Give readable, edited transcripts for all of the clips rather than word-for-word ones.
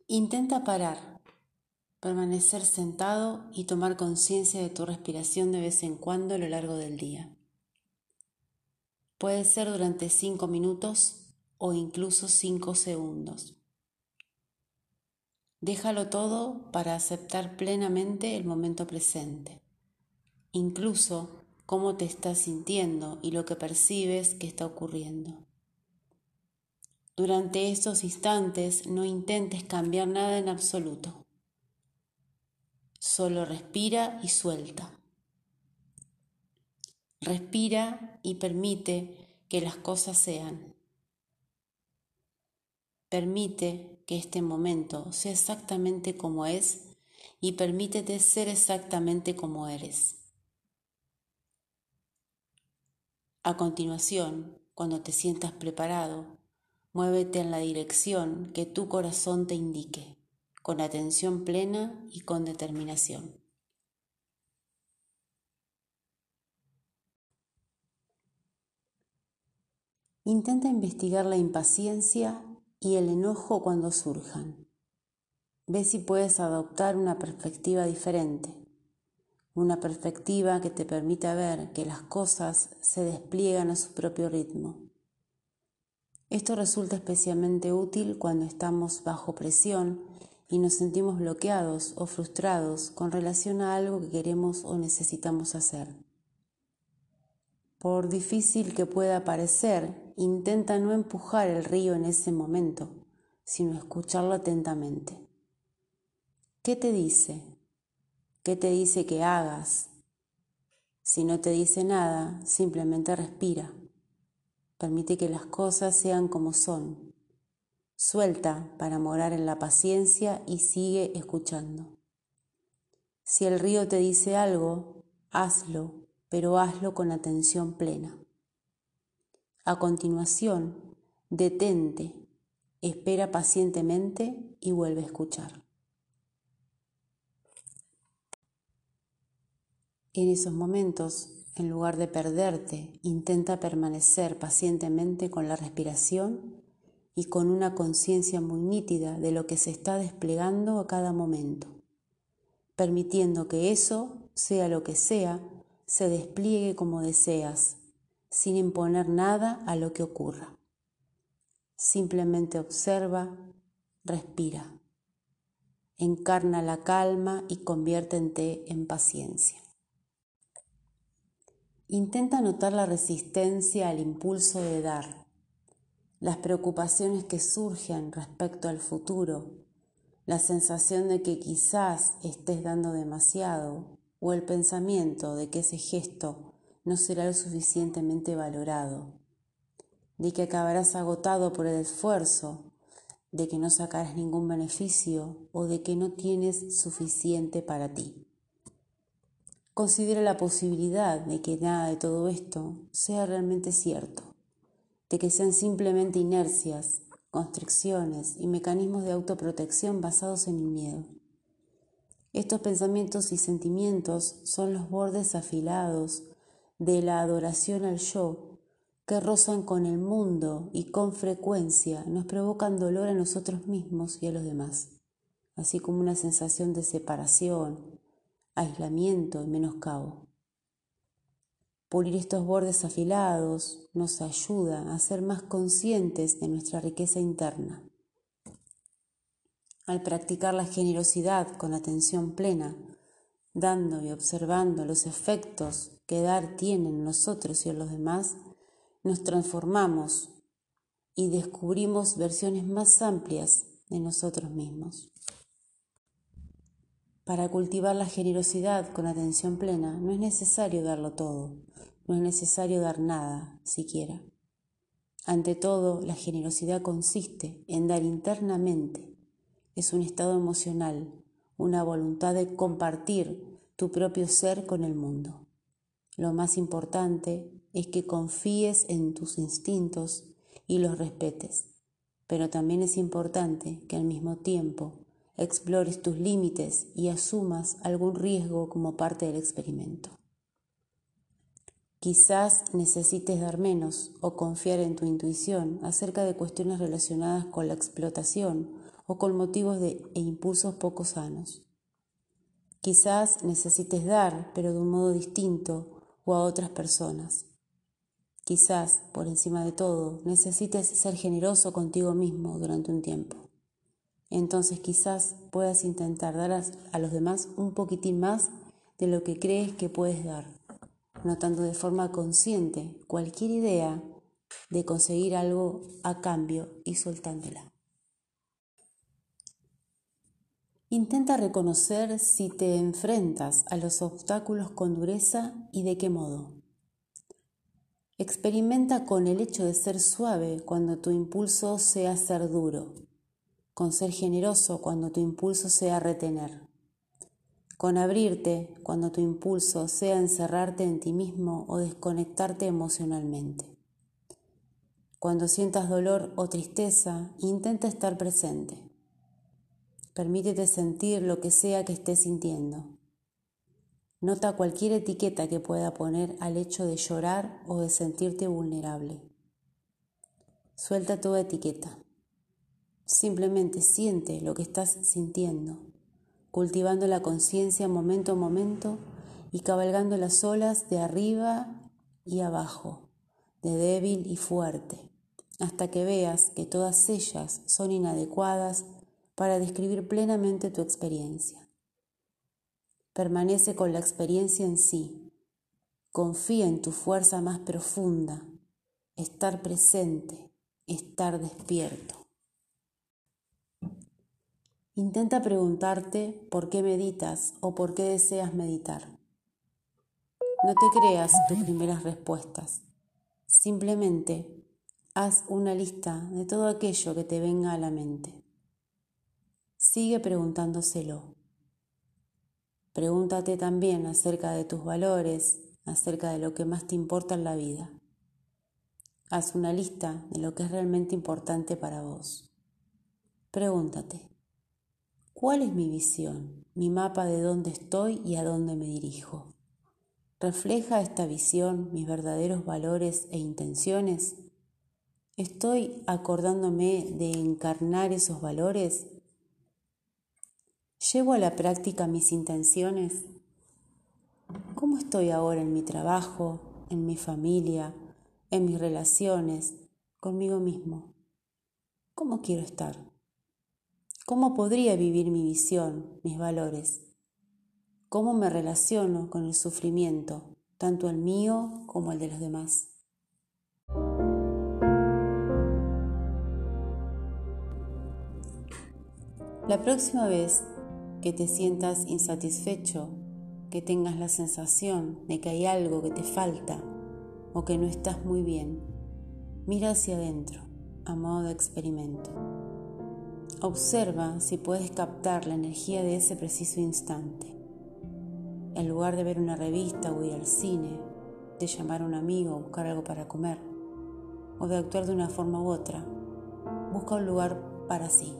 Intenta parar, permanecer sentado y tomar conciencia de tu respiración de vez en cuando a lo largo del día. Puede ser durante 5 minutos o incluso 5 segundos. Déjalo todo para aceptar plenamente el momento presente, incluso cómo te estás sintiendo y lo que percibes que está ocurriendo. Durante estos instantes no intentes cambiar nada en absoluto. Solo respira y suelta. Respira y permite que las cosas sean. Permite que este momento sea exactamente como es y permítete ser exactamente como eres. A continuación, cuando te sientas preparado, muévete en la dirección que tu corazón te indique, con atención plena y con determinación. Intenta investigar la impaciencia y el enojo cuando surjan. Ve si puedes adoptar una perspectiva diferente, una perspectiva que te permita ver que las cosas se despliegan a su propio ritmo. Esto resulta especialmente útil cuando estamos bajo presión y nos sentimos bloqueados o frustrados con relación a algo que queremos o necesitamos hacer. Por difícil que pueda parecer, intenta no empujar el río en ese momento, sino escucharlo atentamente. ¿Qué te dice? ¿Qué te dice que hagas? Si no te dice nada, simplemente respira. Permite que las cosas sean como son. Suelta para morar en la paciencia y sigue escuchando. Si el río te dice algo, hazlo, pero hazlo con atención plena. A continuación, detente, espera pacientemente y vuelve a escuchar. En esos momentos, en lugar de perderte, intenta permanecer pacientemente con la respiración y con una conciencia muy nítida de lo que se está desplegando a cada momento, permitiendo que eso, sea lo que sea, se despliegue como deseas, sin imponer nada a lo que ocurra. Simplemente observa, respira, encarna la calma y conviértete en paciencia. Intenta notar la resistencia al impulso de dar, las preocupaciones que surgen respecto al futuro, la sensación de que quizás estés dando demasiado o el pensamiento de que ese gesto no será lo suficientemente valorado, de que acabarás agotado por el esfuerzo, de que no sacarás ningún beneficio o de que no tienes suficiente para ti. Considera la posibilidad de que nada de todo esto sea realmente cierto, de que sean simplemente inercias, constricciones y mecanismos de autoprotección basados en el miedo. Estos pensamientos y sentimientos son los bordes afilados de la adoración al yo que rozan con el mundo y con frecuencia nos provocan dolor a nosotros mismos y a los demás, así como una sensación de separación, aislamiento y menoscabo. Pulir estos bordes afilados nos ayuda a ser más conscientes de nuestra riqueza interna. Al practicar la generosidad con atención plena, dando y observando los efectos que dar tiene en nosotros y en los demás, nos transformamos y descubrimos versiones más amplias de nosotros mismos. Para cultivar la generosidad con atención plena no es necesario darlo todo, no es necesario dar nada siquiera. Ante todo, la generosidad consiste en dar internamente. Es un estado emocional, una voluntad de compartir tu propio ser con el mundo. Lo más importante es que confíes en tus instintos y los respetes, pero también es importante que al mismo tiempo explores tus límites y asumas algún riesgo como parte del experimento. Quizás necesites dar menos o confiar en tu intuición acerca de cuestiones relacionadas con la explotación o con motivos e impulsos poco sanos. Quizás necesites dar, pero de un modo distinto o a otras personas. Quizás, por encima de todo, necesites ser generoso contigo mismo durante un tiempo. Entonces quizás puedas intentar dar a los demás un poquitín más de lo que crees que puedes dar, notando de forma consciente cualquier idea de conseguir algo a cambio y soltándola. Intenta reconocer si te enfrentas a los obstáculos con dureza y de qué modo. Experimenta con el hecho de ser suave cuando tu impulso sea ser duro, con ser generoso cuando tu impulso sea retener, con abrirte cuando tu impulso sea encerrarte en ti mismo o desconectarte emocionalmente. Cuando sientas dolor o tristeza, intenta estar presente. Permítete sentir lo que sea que estés sintiendo. Nota cualquier etiqueta que pueda poner al hecho de llorar o de sentirte vulnerable. Suelta toda etiqueta. Simplemente siente lo que estás sintiendo, cultivando la conciencia momento a momento y cabalgando las olas de arriba y abajo, de débil y fuerte, hasta que veas que todas ellas son inadecuadas para describir plenamente tu experiencia. Permanece con la experiencia en sí. Confía en tu fuerza más profunda, estar presente, estar despierto. Intenta preguntarte por qué meditas o por qué deseas meditar. No te creas tus primeras respuestas. Simplemente haz una lista de todo aquello que te venga a la mente. Sigue preguntándoselo. Pregúntate también acerca de tus valores, acerca de lo que más te importa en la vida. Haz una lista de lo que es realmente importante para vos. Pregúntate, ¿cuál es mi visión, mi mapa de dónde estoy y a dónde me dirijo? ¿Refleja esta visión mis verdaderos valores e intenciones? ¿Estoy acordándome de encarnar esos valores? ¿Llevo a la práctica mis intenciones? ¿Cómo estoy ahora en mi trabajo, en mi familia, en mis relaciones, conmigo mismo? ¿Cómo quiero estar? ¿Cómo podría vivir mi visión, mis valores? ¿Cómo me relaciono con el sufrimiento, tanto el mío como el de los demás? La próxima vez que te sientas insatisfecho, que tengas la sensación de que hay algo que te falta o que no estás muy bien, mira hacia adentro, a modo de experimento. Observa si puedes captar la energía de ese preciso instante. En lugar de ver una revista o ir al cine, de llamar a un amigo o buscar algo para comer, o de actuar de una forma u otra, busca un lugar para sí.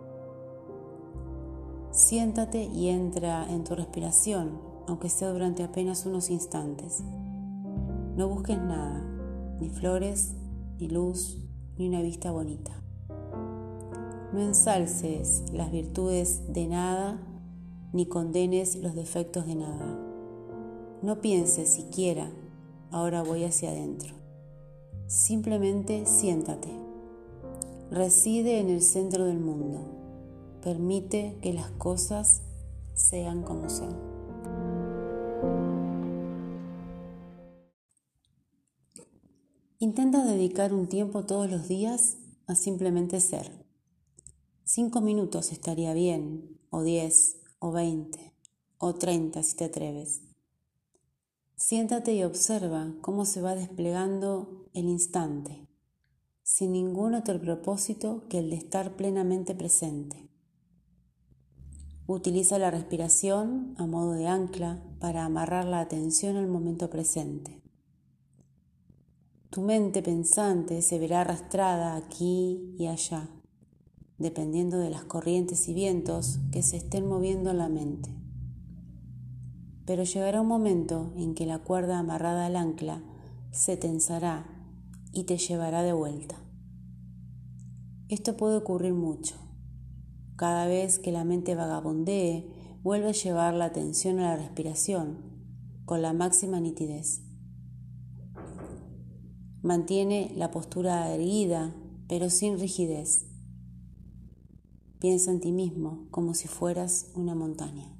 Siéntate y entra en tu respiración, aunque sea durante apenas unos instantes. No busques nada, ni flores, ni luz, ni una vista bonita. No ensalces las virtudes de nada, ni condenes los defectos de nada. No pienses siquiera, ahora voy hacia adentro. Simplemente siéntate. Reside en el centro del mundo. Permite que las cosas sean como son. Intenta dedicar un tiempo todos los días a simplemente ser. 5 minutos estaría bien, o 10, o 20, o 30 si te atreves. Siéntate y observa cómo se va desplegando el instante, sin ningún otro propósito que el de estar plenamente presente. Utiliza la respiración a modo de ancla para amarrar la atención al momento presente. Tu mente pensante se verá arrastrada aquí y allá, dependiendo de las corrientes y vientos que se estén moviendo en la mente. Pero llegará un momento en que la cuerda amarrada al ancla se tensará y te llevará de vuelta. Esto puede ocurrir mucho. Cada vez que la mente vagabundee, vuelve a llevar la atención a la respiración con la máxima nitidez. Mantiene la postura erguida, pero sin rigidez. Piensa en ti mismo como si fueras una montaña.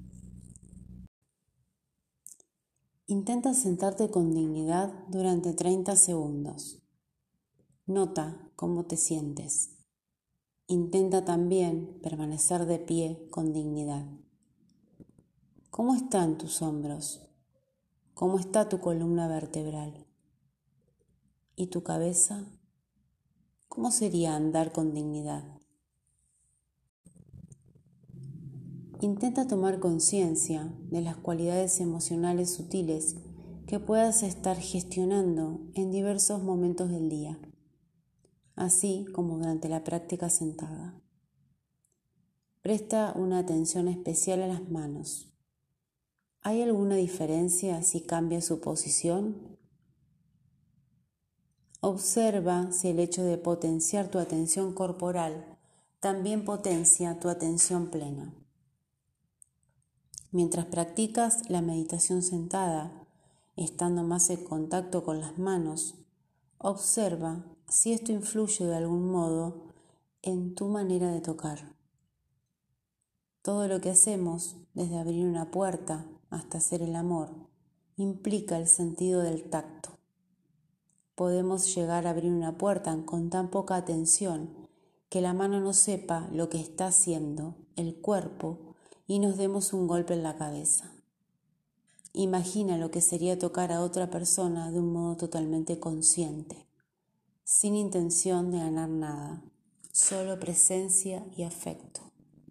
Intenta sentarte con dignidad durante 30 segundos. Nota cómo te sientes. Intenta también permanecer de pie con dignidad. ¿Cómo están tus hombros? ¿Cómo está tu columna vertebral? ¿Y tu cabeza? ¿Cómo sería andar con dignidad? Intenta tomar conciencia de las cualidades emocionales sutiles que puedas estar gestionando en diversos momentos del día, así como durante la práctica sentada. Presta una atención especial a las manos. ¿Hay alguna diferencia si cambia su posición? Observa si el hecho de potenciar tu atención corporal también potencia tu atención plena. Mientras practicas la meditación sentada, estando más en contacto con las manos, observa si esto influye de algún modo en tu manera de tocar. Todo lo que hacemos, desde abrir una puerta hasta hacer el amor, implica el sentido del tacto. Podemos llegar a abrir una puerta con tan poca atención que la mano no sepa lo que está haciendo el cuerpo y nos demos un golpe en la cabeza. Imagina lo que sería tocar a otra persona de un modo totalmente consciente, sin intención de ganar nada, solo presencia y afecto.